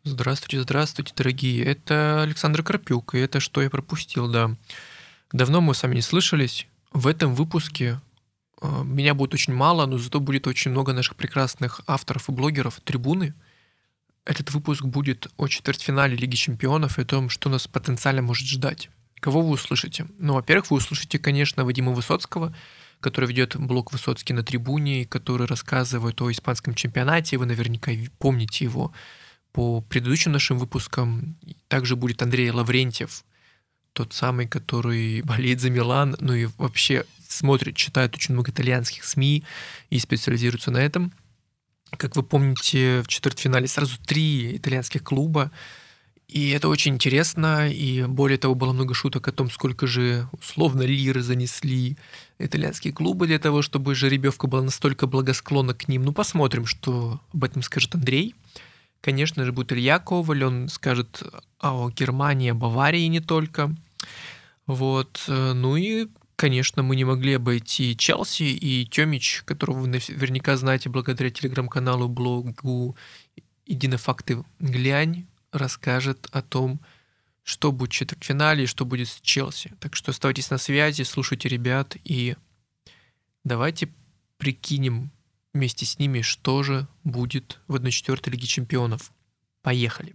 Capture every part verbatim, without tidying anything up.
Здравствуйте, здравствуйте, дорогие. Это Александр Карпюк, и это «Что я пропустил», да. Давно мы с вами не слышались. В этом выпуске э, меня будет очень мало, но зато будет очень много наших прекрасных авторов и блогеров трибуны. Этот выпуск будет о четвертьфинале Лиги Чемпионов и о том, что нас потенциально может ждать. Кого вы услышите? Ну, во-первых, вы услышите, конечно, Вадима Высоцкого, который ведет блог «Высоцкий на трибуне», и который рассказывает о испанском чемпионате. Вы наверняка ви- помните его по предыдущим нашим выпускам. Также будет Андрей Лаврентьев, тот самый, который болеет за Милан, ну и вообще смотрит, читает очень много итальянских СМИ и специализируется на этом. Как вы помните, в четвертьфинале сразу три итальянских клуба, и это очень интересно, и более того, было много шуток о том, сколько же условно лиры занесли итальянские клубы для того, чтобы жеребьевка была настолько благосклонна к ним. Ну, посмотрим, что об этом скажет Андрей. Конечно же, будет Илья Коваль, он скажет о Германии, о Баварии и не только. Вот. э, Ну и, конечно, мы не могли обойти Челси и Тёмич, которого вы наверняка знаете благодаря телеграм-каналу, блогу «Иди на факты, глянь», расскажет о том, что будет в четвертьфинале и что будет с Челси. Так что оставайтесь на связи, слушайте ребят и давайте прикинем вместе с ними, что же будет в одна четвертая Лиги Чемпионов. Поехали.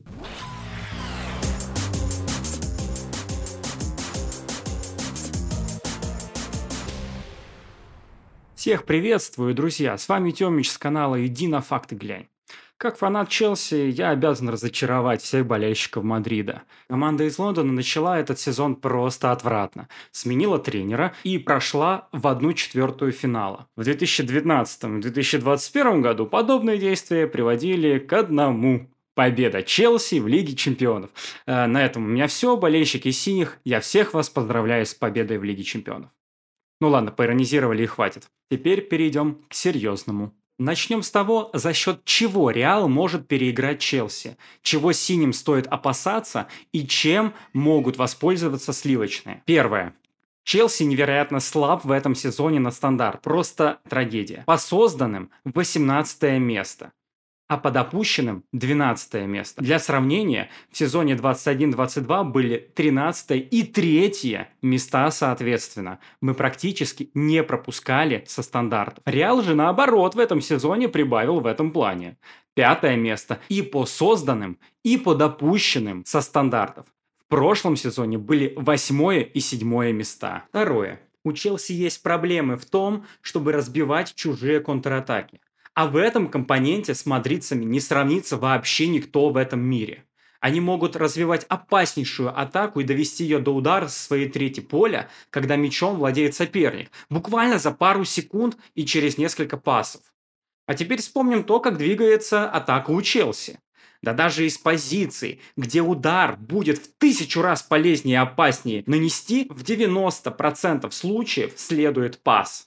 Всех приветствую, друзья! С вами Тёмич с канала «Иди на факты глянь». Как фанат Челси, я обязан разочаровать всех болельщиков Мадрида. Команда из Лондона начала этот сезон просто отвратно. Сменила тренера и прошла в одну четвертую финала. В две тысячи девятнадцатом - две тысячи двадцать первом году подобные действия приводили к одному. Победа Челси в Лиге Чемпионов. Э, на этом у меня все. Болельщики синих, я всех вас поздравляю с победой в Лиге Чемпионов. Ну ладно, поиронизировали и хватит. Теперь перейдем к серьезному. Начнем с того, за счет чего Реал может переиграть Челси, чего синим стоит опасаться и чем могут воспользоваться сливочные. Первое. Челси невероятно слаб в этом сезоне на стандарт. Просто трагедия. По созданным восемнадцатое место. А по допущенным двенадцатое место. Для сравнения, в сезоне двадцать один двадцать два были тринадцатое и третье места соответственно. Мы практически не пропускали со стандартов. Реал же наоборот в этом сезоне прибавил в этом плане. Пятое место и по созданным, и по допущенным со стандартов. В прошлом сезоне были восьмое и седьмое места. Второе. У Челси есть проблемы в том, чтобы разбивать чужие контратаки. А в этом компоненте с мадридцами не сравнится вообще никто в этом мире. Они могут развивать опаснейшую атаку и довести ее до удара со своей трети поля, когда мячом владеет соперник. Буквально за пару секунд и через несколько пасов. А теперь вспомним то, как двигается атака у Челси. Да даже из позиций, где удар будет в тысячу раз полезнее и опаснее нанести, в девяносто процентов случаев следует пас.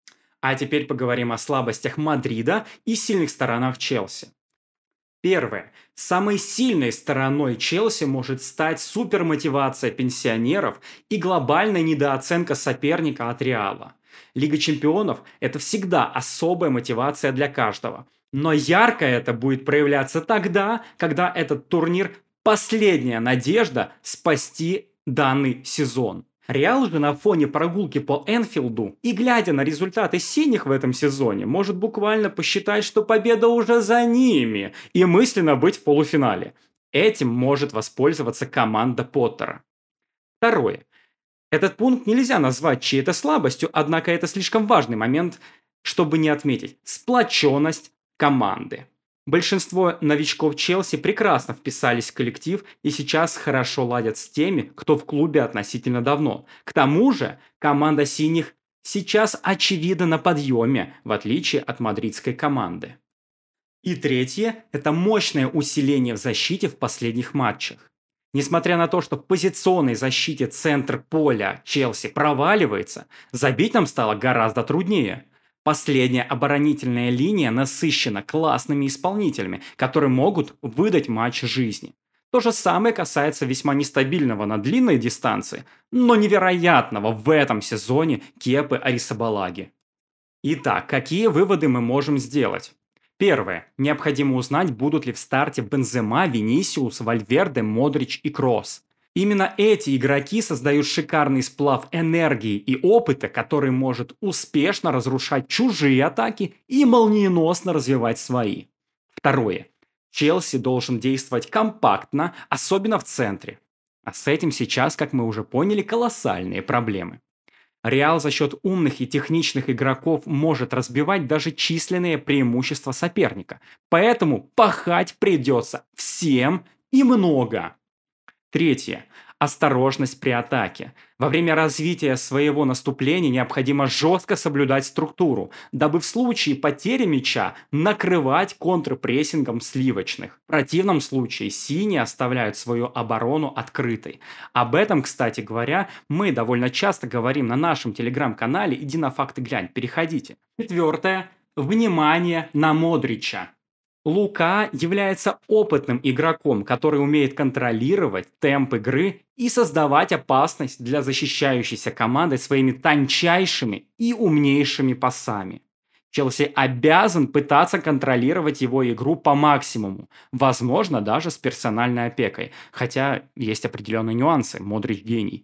А теперь поговорим о слабостях Мадрида и сильных сторонах Челси. Первое. Самой сильной стороной Челси может стать супермотивация пенсионеров и глобальная недооценка соперника от Реала. Лига чемпионов – это всегда особая мотивация для каждого. Но ярко это будет проявляться тогда, когда этот турнир – последняя надежда спасти данный сезон. Реал же на фоне прогулки по Энфилду и глядя на результаты синих в этом сезоне, может буквально посчитать, что победа уже за ними и мысленно быть в полуфинале. Этим может воспользоваться команда Поттера. Второе. Этот пункт нельзя назвать чьей-то слабостью, однако это слишком важный момент, чтобы не отметить сплоченность команды. Большинство новичков Челси прекрасно вписались в коллектив и сейчас хорошо ладят с теми, кто в клубе относительно давно. К тому же команда синих сейчас очевидно на подъеме, в отличие от мадридской команды. И третье – это мощное усиление в защите в последних матчах. Несмотря на то, что в позиционной защите центр поля Челси проваливается, забить нам стало гораздо труднее. Последняя оборонительная линия насыщена классными исполнителями, которые могут выдать матч жизни. То же самое касается весьма нестабильного на длинной дистанции, но невероятного в этом сезоне Кепы Арисабалаги. Итак, какие выводы мы можем сделать? Первое. Необходимо узнать, будут ли в старте Бензема, Винисиус, Вальверде, Модрич и Кросс. Именно эти игроки создают шикарный сплав энергии и опыта, который может успешно разрушать чужие атаки и молниеносно развивать свои. Второе. Челси должен действовать компактно, особенно в центре. А с этим сейчас, как мы уже поняли, колоссальные проблемы. Реал за счет умных и техничных игроков может разбивать даже численные преимущества соперника. Поэтому пахать придется всем и много. Третье. Осторожность при атаке. Во время развития своего наступления необходимо жестко соблюдать структуру, дабы в случае потери мяча накрывать контрпрессингом сливочных. В противном случае синие оставляют свою оборону открытой. Об этом, кстати говоря, мы довольно часто говорим на нашем телеграм-канале «Иди на факты глянь», переходите. Четвертое. Внимание на Модрича. Лука является опытным игроком, который умеет контролировать темп игры и создавать опасность для защищающейся команды своими тончайшими и умнейшими пасами. Челси обязан пытаться контролировать его игру по максимуму, возможно, даже с персональной опекой, хотя есть определенные нюансы, Модрич гений.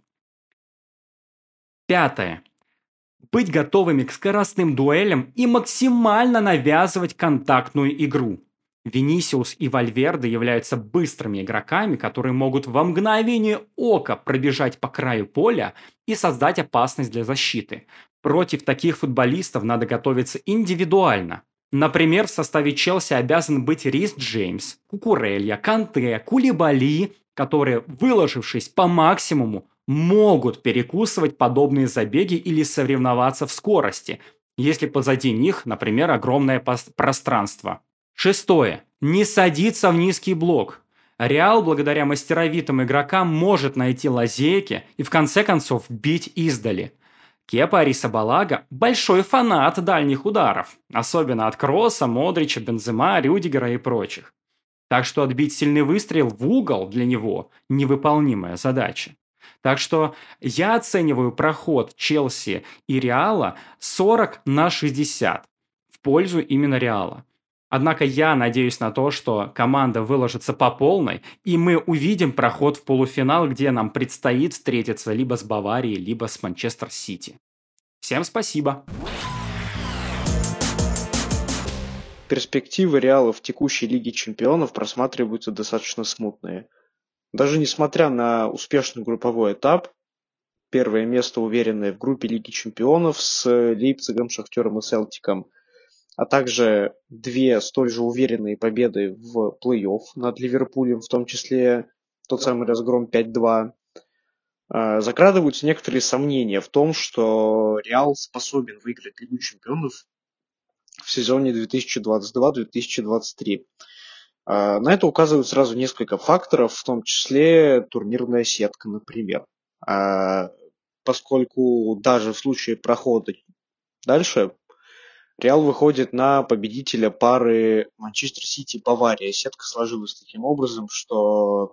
Пятое. Быть готовыми к скоростным дуэлям и максимально навязывать контактную игру. Винисиус и Вальверде являются быстрыми игроками, которые могут во мгновение ока пробежать по краю поля и создать опасность для защиты. Против таких футболистов надо готовиться индивидуально. Например, в составе Челси обязан быть Рис Джеймс, Кукурелья, Канте, Кулибали, которые, выложившись по максимуму, могут перекусывать подобные забеги или соревноваться в скорости, если позади них, например, огромное пространство. Шестое. Не садиться в низкий блок. Реал, благодаря мастеровитым игрокам, может найти лазейки и в конце концов бить издали. Кепа Арризабалага – большой фанат дальних ударов, особенно от Кросса, Модрича, Бензема, Рюдигера и прочих. Так что отбить сильный выстрел в угол для него – невыполнимая задача. Так что я оцениваю проход Челси и Реала сорок на шестьдесят в пользу именно Реала. Однако я надеюсь на то, что команда выложится по полной, и мы увидим проход в полуфинал, где нам предстоит встретиться либо с Баварией, либо с Манчестер Сити. Всем спасибо! Перспективы Реала в текущей Лиге Чемпионов просматриваются достаточно смутные. Даже несмотря на успешный групповой этап, первое место уверенное в группе Лиги Чемпионов с Лейпцигом, Шахтером и Селтиком, а также две столь же уверенные победы в плей-офф над Ливерпулем, в том числе тот самый разгром пять-два, закрадываются некоторые сомнения в том, что Реал способен выиграть Лигу Чемпионов в сезоне две тысячи двадцать два - две тысячи двадцать три. На это указывают сразу несколько факторов, в том числе турнирная сетка, например. Поскольку даже в случае прохода дальше Реал выходит на победителя пары Манчестер Сити и Бавария. Сетка сложилась таким образом, что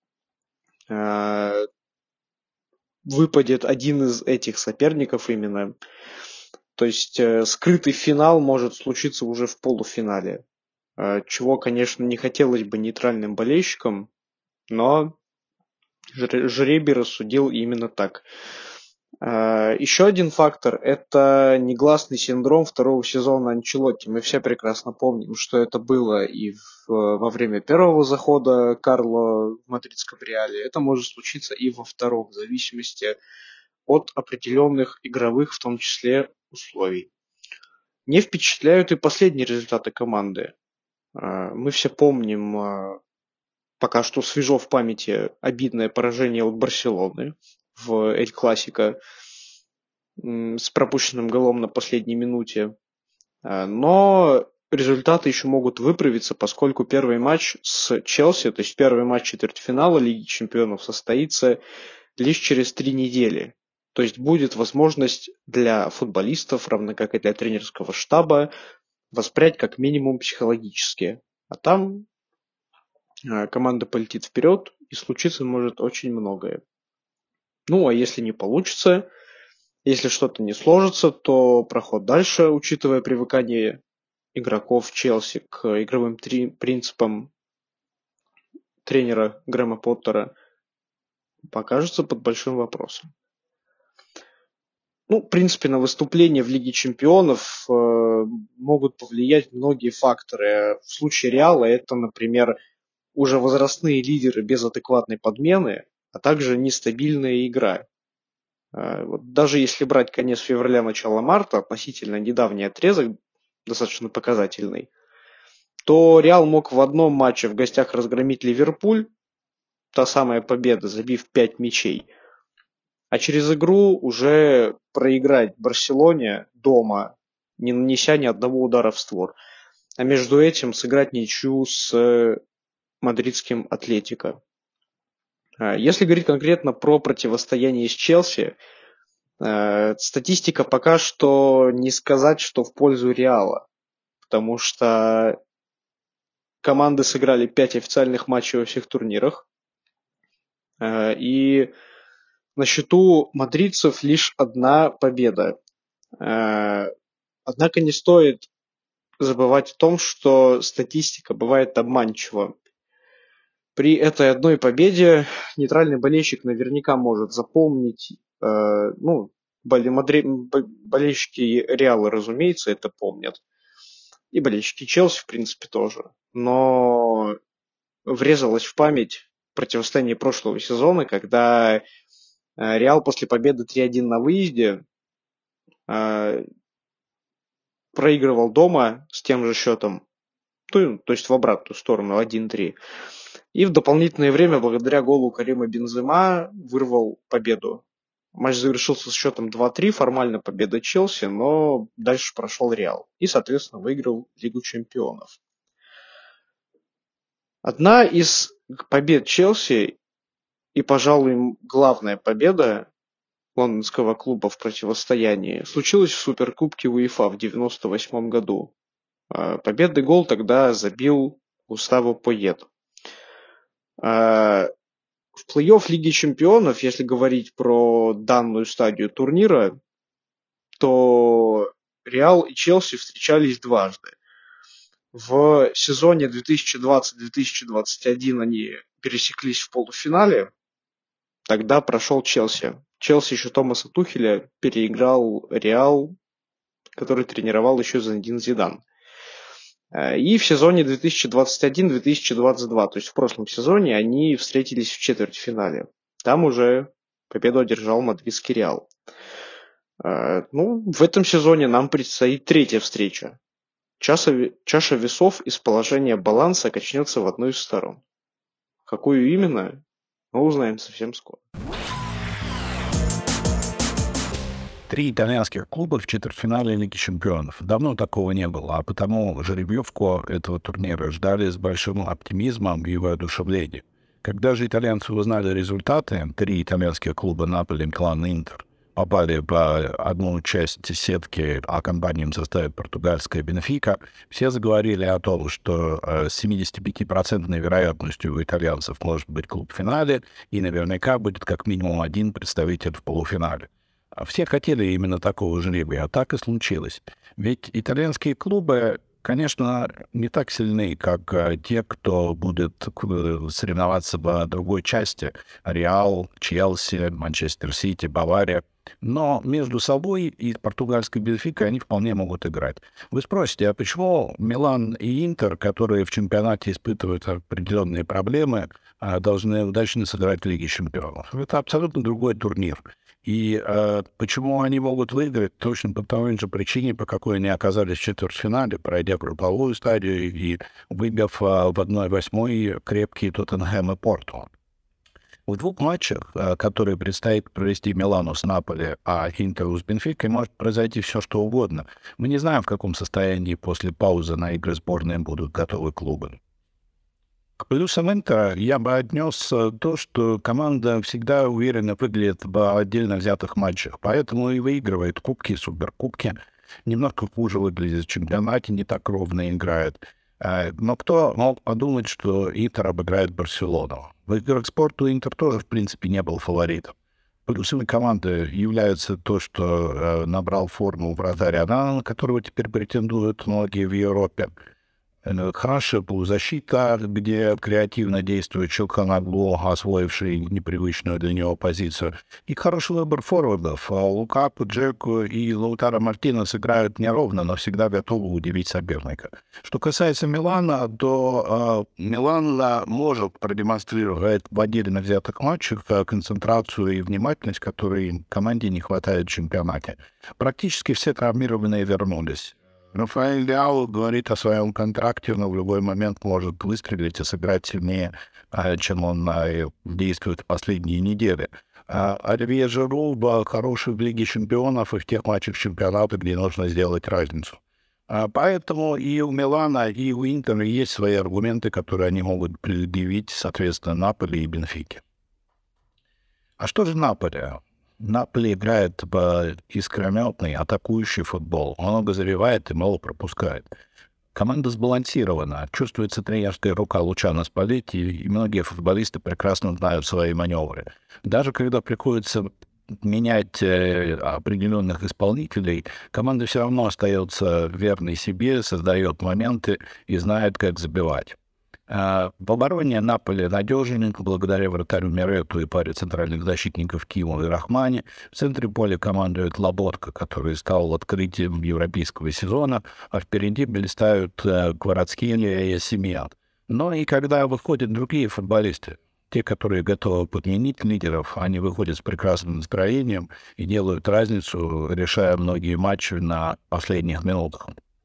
э, выпадет один из этих соперников именно. То есть э, скрытый финал может случиться уже в полуфинале. Э, чего, конечно, не хотелось бы нейтральным болельщикам, но жребий рассудил именно так. Еще один фактор – это негласный синдром второго сезона Анчелотти. Мы все прекрасно помним, что это было и в, во время первого захода Карло в мадридском Реале. Это может случиться и во втором, в зависимости от определенных игровых, в том числе, условий. Не впечатляют и последние результаты команды. Мы все помним, пока что свежо в памяти, обидное поражение от Барселоны в Эль Классико с пропущенным голом на последней минуте. Но результаты еще могут выправиться, поскольку первый матч с Челси, то есть первый матч четвертьфинала Лиги Чемпионов, состоится лишь через три недели. То есть будет возможность для футболистов, равно как и для тренерского штаба, воспрять как минимум психологически. А там команда полетит вперед, и случиться может очень многое. Ну, а если не получится, если что-то не сложится, то проход дальше, учитывая привыкание игроков Челси к игровым три- принципам тренера Грэма Поттера покажется под большим вопросом. Ну, в принципе, на выступление в Лиге Чемпионов э, могут повлиять многие факторы. В случае Реала это, например, уже возрастные лидеры без адекватной подмены, а также нестабильная игра. Э, вот даже если брать конец февраля, начало марта, относительно недавний отрезок, достаточно показательный, то Реал мог в одном матче в гостях разгромить Ливерпуль, та самая победа, забив пять мячей, а через игру уже проиграть Барселоне дома, не нанеся ни одного удара в створ. А между этим сыграть ничью с мадридским Атлетико. Если говорить конкретно про противостояние с Челси, статистика пока что не сказать, что в пользу Реала. Потому что команды сыграли пять официальных матчей во всех турнирах. И на счету мадридцев лишь одна победа. Однако не стоит забывать о том, что статистика бывает обманчива. При этой одной победе нейтральный болельщик наверняка может запомнить, ну, болельщики Реала, разумеется, это помнят. И болельщики Челси, в принципе, тоже. Но врезалось в память противостояние прошлого сезона, когда Реал после победы три один на выезде э, проигрывал дома с тем же счетом, то, то есть в обратную сторону один-три. И в дополнительное время, благодаря голу Карима Бензема, вырвал победу. Матч завершился с счетом два-три, формально победа Челси, но дальше прошел Реал. И, соответственно, выиграл Лигу Чемпионов. Одна из побед Челси и, пожалуй, главная победа лондонского клуба в противостоянии случилась в Суперкубке УЕФА в девяносто восьмом году. Победный гол тогда забил Густаво Поет. В плей-офф Лиги Чемпионов, если говорить про данную стадию турнира, то Реал и Челси встречались дважды. В сезоне две тысячи двадцать - две тысячи двадцать один они пересеклись в полуфинале. Тогда прошел Челси. Челси еще Томаса Тухеля переиграл Реал, который тренировал еще Зинедин Зидан. И в сезоне две тысячи двадцать один - две тысячи двадцать два, то есть в прошлом сезоне, они встретились в четвертьфинале. Там уже победу одержал мадридский Реал. Ну, в этом сезоне нам предстоит третья встреча. Чаша, чаша весов из положения баланса качнется в одну из сторон. Какую именно, мы узнаем совсем скоро. Три итальянских клуба в четвертьфинале Лиги Чемпионов. Давно такого не было, а потому жеребьевку этого турнира ждали с большим оптимизмом и воодушевлением. Когда же итальянцы узнали результаты, три итальянских клуба Наполи, Милан и Интер попали по одну часть сетки, а компаниям составит португальская Бенфика, все заговорили о том, что с семидесятипятипроцентной вероятностью у итальянцев может быть клуб в финале, и наверняка будет как минимум один представитель в полуфинале. Все хотели именно такого жребия, а так и случилось. Ведь итальянские клубы, конечно, не так сильны, как те, кто будет соревноваться в другой части. Реал, Челси, Манчестер Сити, Бавария. Но между собой и португальской Бенфикой они вполне могут играть. Вы спросите, а почему Милан и Интер, которые в чемпионате испытывают определенные проблемы, должны удачно сыграть в Лиге Чемпионов? Это абсолютно другой турнир. И э, почему они могут выиграть? Точно по той же причине, по какой они оказались в четвертьфинале, пройдя групповую стадию и выбив э, в одной восьмой крепкие Тоттенхэм и Порту. В двух матчах, э, которые предстоит провести Милану с Наполи, а Интеру с Бенфикой, может произойти все, что угодно. Мы не знаем, в каком состоянии после паузы на игры сборной будут готовы клубы. К плюсам Интера я бы отнес то, что команда всегда уверенно выглядит в отдельно взятых матчах, поэтому и выигрывает кубки, суперкубки. Немножко хуже выглядит в чемпионате, не так ровно играет. Но кто мог подумать, что Интер обыграет Барселону? В играх спорту Интер тоже, в принципе, не был фаворитом. Плюсами команды является то, что э, набрал форму вратарь Анан, на которого теперь претендуют многие в Европе. Э, Хорошая полузащита, где креативно действует Челханоглу, освоивший непривычную для него позицию. И хороший выбор форвардов. А Лукаку, Джеку и Лаутаро Мартинес играют неровно, но всегда готовы удивить соперника. Что касается Милана, то э, Милан э, может продемонстрировать в отдельно взятых матчах э, концентрацию и внимательность, которой команде не хватает в чемпионате. Практически все травмированные вернулись. Рафаэль Лиау говорит о своем контракте, но в любой момент может выстрелить и сыграть сильнее, а, чем он а, действует в последние недели. А Оливье Жиру был хороший в Лиге чемпионов и в тех матчах чемпионата, где нужно сделать разницу. А поэтому и у Милана, и у Интера есть свои аргументы, которые они могут предъявить, соответственно, Наполи и Бенфике. А что же Наполи? Наполи играет в искрометный, атакующий футбол. Он много забивает и мало пропускает. Команда сбалансирована. Чувствуется тренерская рука Лучано Спалетти, и многие футболисты прекрасно знают свои маневры. Даже когда приходится менять э, определенных исполнителей, команда все равно остается верной себе, создает моменты и знает, как забивать. В обороне Наполи надежен благодаря вратарю Мирету и паре центральных защитников Киму и Рахмани. В центре поля командует Лаботка, который стал открытием европейского сезона, а впереди блистают Кварацхелия и Симеон. Но и когда выходят другие футболисты, те, которые готовы подменить лидеров, они выходят с прекрасным настроением и делают разницу, решая многие матчи на последних минутах.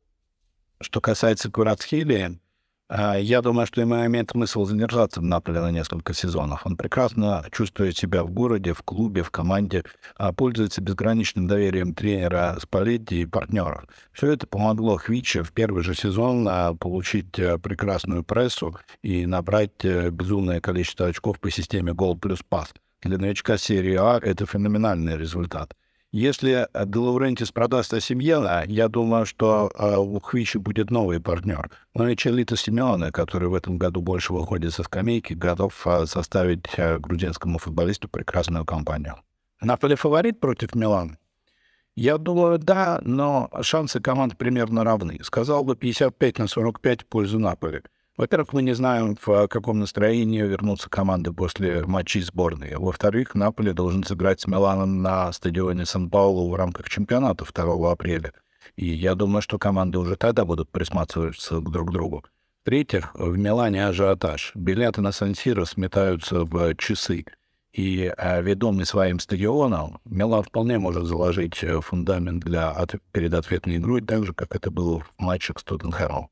Что касается Кварацхелии, я думаю, что ему имеет смысл задержаться в Наполе на несколько сезонов. Он прекрасно чувствует себя в городе, в клубе, в команде, пользуется безграничным доверием тренера Спалетти и партнеров. Все это помогло Хвиче в первый же сезон получить прекрасную прессу и набрать безумное количество очков по системе гол плюс пас. Для новичка серии А это феноменальный результат. Если Де Лаурентис продаст Осимьена, я думаю, что э, у Хвичи будет новый партнер. Но и Чолито Симеоне, который в этом году больше выходит со скамейки, готов э, составить э, грузинскому футболисту прекрасную компанию. Наполи фаворит против Милана? Я думаю, да, но шансы команд примерно равны. Сказал бы пятьдесят пять на сорок пять в пользу Наполи. Во-первых, мы не знаем, в каком настроении вернутся команды после матчей сборной. Во-вторых, Наполи должен сыграть с Миланом на стадионе Сан-Паулу в рамках чемпионата второго апреля. И я думаю, что команды уже тогда будут присматриваться друг к другу. В-третьих, в Милане ажиотаж. Билеты на Сан-Сиро сметаются в часы. И ведомый своим стадионом, Милан вполне может заложить фундамент для от... перед ответной игрой, так же, как это было в матчах с Тоттенхэмом.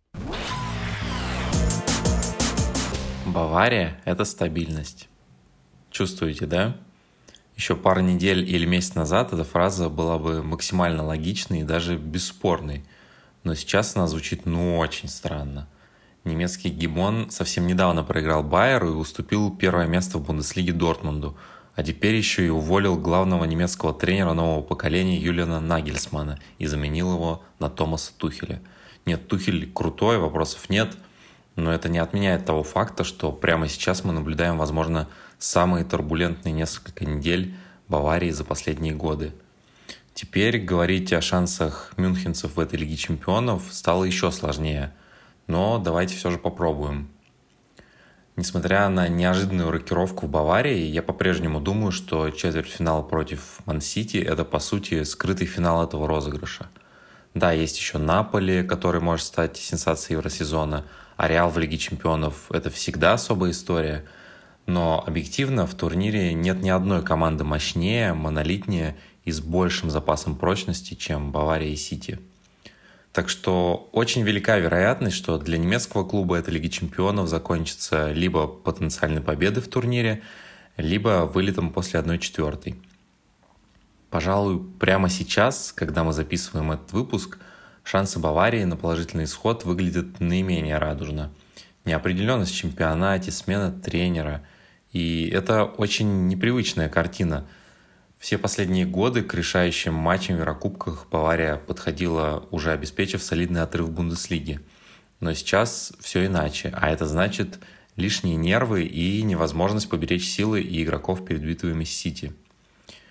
Бавария – это стабильность. Чувствуете, да? Еще пару недель или месяц назад эта фраза была бы максимально логичной и даже бесспорной. Но сейчас она звучит ну очень странно. Немецкий гегемон совсем недавно проиграл Байеру и уступил первое место в Бундеслиге Дортмунду, а теперь еще и уволил главного немецкого тренера нового поколения Юлиана Нагельсмана и заменил его на Томаса Тухеля. Нет, Тухель крутой, вопросов нет. Но это не отменяет того факта, что прямо сейчас мы наблюдаем, возможно, самые турбулентные несколько недель Баварии за последние годы. Теперь говорить о шансах мюнхенцев в этой Лиге чемпионов стало еще сложнее, но давайте все же попробуем. Несмотря на неожиданную рокировку в Баварии, я по-прежнему думаю, что четвертьфинал против Ман-Сити – это, по сути, скрытый финал этого розыгрыша. Да, есть еще Наполи, который может стать сенсацией Евросезона, а Реал в Лиге чемпионов – это всегда особая история. Но объективно в турнире нет ни одной команды мощнее, монолитнее и с большим запасом прочности, чем Бавария и Сити. Так что очень велика вероятность, что для немецкого клуба эта Лига чемпионов закончится либо потенциальной победой в турнире, либо вылетом после одной четвертой. Пожалуй, прямо сейчас, когда мы записываем этот выпуск, шансы Баварии на положительный исход выглядят наименее радужно. Неопределенность в чемпионате, смена тренера. И это очень непривычная картина. Все последние годы к решающим матчам в Еврокубках Бавария подходила, уже обеспечив солидный отрыв в Бундеслиге. Но сейчас все иначе, а это значит лишние нервы и невозможность поберечь силы и игроков перед битвами с Сити.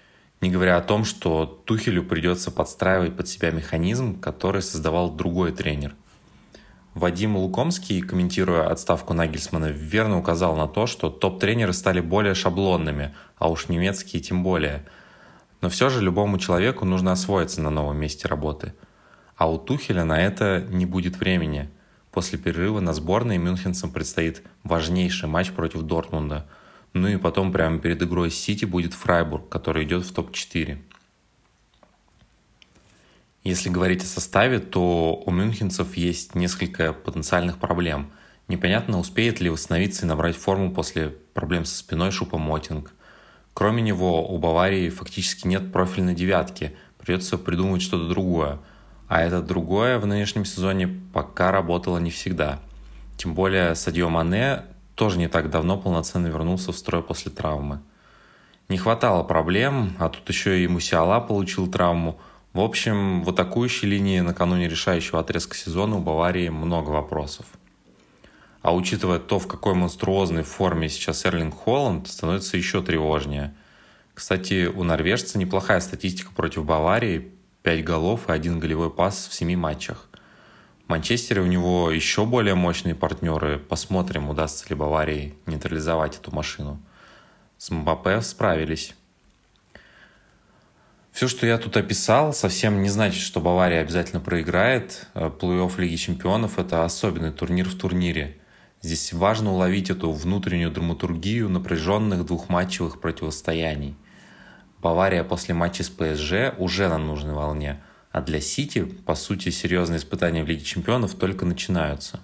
Не говоря о том, что Тухелю придется подстраивать под себя механизм, который создавал другой тренер. Вадим Лукомский, комментируя отставку Нагельсмана, верно указал на то, что топ-тренеры стали более шаблонными, а уж немецкие тем более. Но все же любому человеку нужно освоиться на новом месте работы. А у Тухеля на это не будет времени. После перерыва на сборной мюнхенцам предстоит важнейший матч против Дортмунда. Ну и потом прямо перед игрой с Сити будет Фрайбург, который идет в топ четыре. Если говорить о составе, то у мюнхенцев есть несколько потенциальных проблем. Непонятно, успеет ли восстановиться и набрать форму после проблем со спиной Шупа-Мотинг. Кроме него, у Баварии фактически нет профильной девятки, придется придумать что-то другое. А это другое в нынешнем сезоне пока работало не всегда. Тем более Садио Мане тоже не так давно полноценно вернулся в строй после травмы. Не хватало проблем, а тут еще и Мусиала получил травму. В общем, в атакующей линии накануне решающего отрезка сезона у Баварии много вопросов. А учитывая то, в какой монструозной форме сейчас Эрлинг Холланд, становится еще тревожнее. Кстати, у норвежца неплохая статистика против Баварии. пять голов и один голевой пас в семи матчах. В Манчестере у него еще более мощные партнеры. Посмотрим, удастся ли Баварии нейтрализовать эту машину. С Мбаппе справились. Все, что я тут описал, совсем не значит, что Бавария обязательно проиграет. Плей-офф Лиги Чемпионов – это особенный турнир в турнире. Здесь важно уловить эту внутреннюю драматургию напряженных двухматчевых противостояний. Бавария после матча с ПСЖ уже на нужной волне, а для Сити, по сути, серьезные испытания в Лиге Чемпионов только начинаются.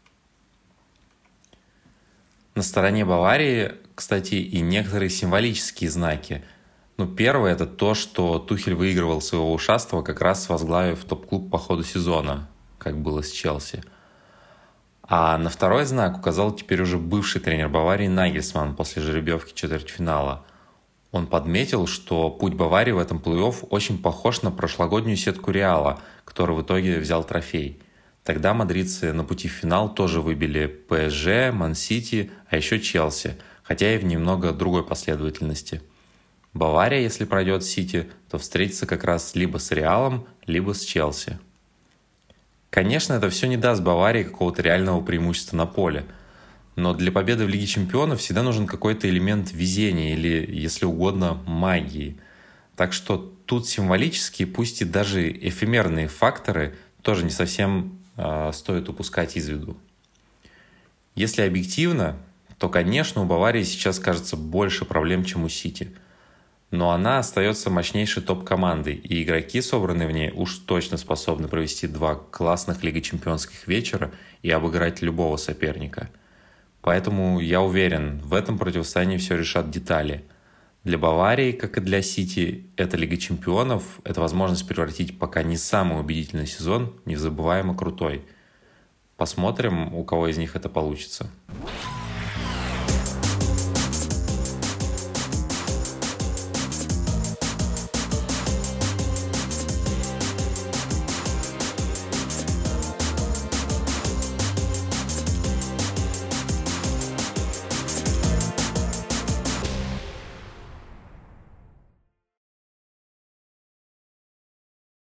На стороне Баварии, кстати, и некоторые символические знаки. Ну, первое – это то, что Тухель выигрывал своего ушастого, как раз возглавив топ-клуб по ходу сезона, как было с Челси. А на второй знак указал теперь уже бывший тренер Баварии Нагельсман после жеребьевки четвертьфинала. Он подметил, что путь Баварии в этом плей-офф очень похож на прошлогоднюю сетку Реала, который в итоге взял трофей. Тогда мадридцы на пути в финал тоже выбили ПСЖ, Ман-Сити, а еще Челси, хотя и в немного другой последовательности. Бавария, если пройдет Сити, то встретится как раз либо с Реалом, либо с Челси. Конечно, это все не даст Баварии какого-то реального преимущества на поле. Но для победы в Лиге Чемпионов всегда нужен какой-то элемент везения или, если угодно, магии. Так что тут символические, пусть и даже эфемерные факторы тоже не совсем э, стоит упускать из виду. Если объективно, то, конечно, у Баварии сейчас кажется больше проблем, чем у Сити. Но она остается мощнейшей топ-командой, и игроки, собранные в ней, уж точно способны провести два классных Лиги Чемпионских вечера и обыграть любого соперника. Поэтому я уверен, в этом противостоянии все решат детали. Для Баварии, как и для Сити, это Лига Чемпионов, это возможность превратить пока не самый убедительный сезон в незабываемо крутой. Посмотрим, у кого из них это получится.